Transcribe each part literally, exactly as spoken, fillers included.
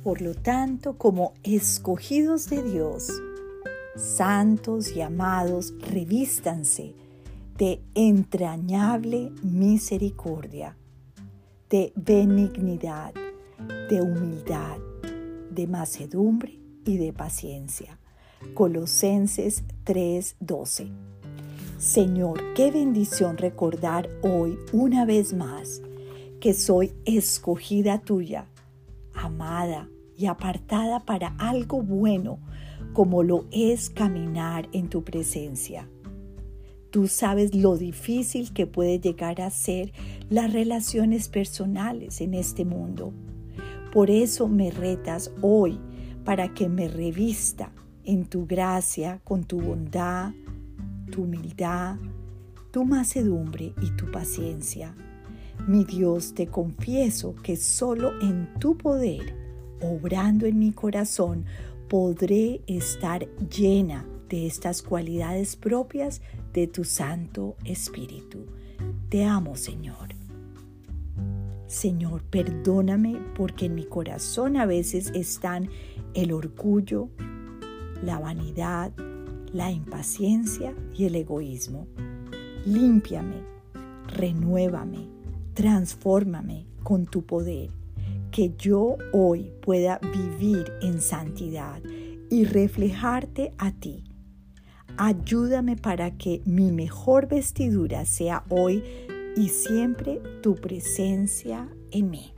Por lo tanto, como escogidos de Dios, santos y amados, revístanse de entrañable misericordia, de benignidad, de humildad, de mansedumbre y de paciencia. Colosenses tres doce. Señor, qué bendición recordar hoy una vez más que soy escogida tuya, amada y apartada para algo bueno, como lo es caminar en tu presencia. Tú sabes lo difícil que puede llegar a ser las relaciones personales en este mundo. Por eso me retas hoy para que me revista en tu gracia con tu bondad, tu humildad, tu mansedumbre y tu paciencia. Mi Dios, te confieso que solo en tu poder, obrando en mi corazón, podré estar llena de estas cualidades propias de tu Santo Espíritu. Te amo, Señor. Señor, perdóname porque en mi corazón a veces están el orgullo, la vanidad, la impaciencia y el egoísmo. Límpiame, renuévame, transfórmame con tu poder, que yo hoy pueda vivir en santidad y reflejarte a ti. Ayúdame para que mi mejor vestidura sea hoy y siempre tu presencia en mí.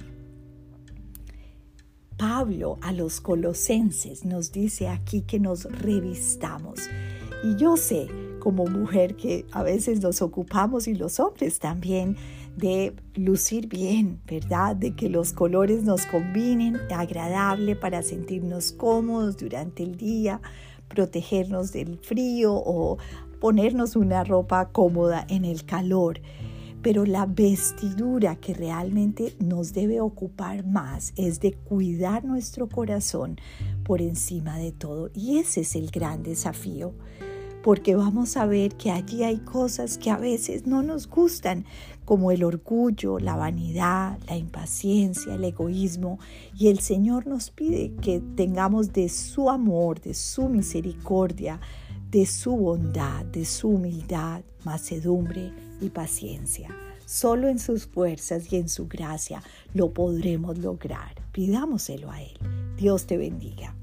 Pablo a los Colosenses nos dice aquí que nos revistamos. Y yo sé, como mujer, que a veces nos ocupamos, y los hombres también, de lucir bien, ¿verdad? De que los colores nos combinen, agradable para sentirnos cómodos durante el día, protegernos del frío o ponernos una ropa cómoda en el calor. Pero la vestidura que realmente nos debe ocupar más es de cuidar nuestro corazón por encima de todo. Y ese es el gran desafío, porque vamos a ver que allí hay cosas que a veces no nos gustan, como el orgullo, la vanidad, la impaciencia, el egoísmo. Y el Señor nos pide que tengamos de su amor, de su misericordia, de su bondad, de su humildad, mansedumbre y paciencia. Solo en sus fuerzas y en su gracia lo podremos lograr. Pidámoselo a Él. Dios te bendiga.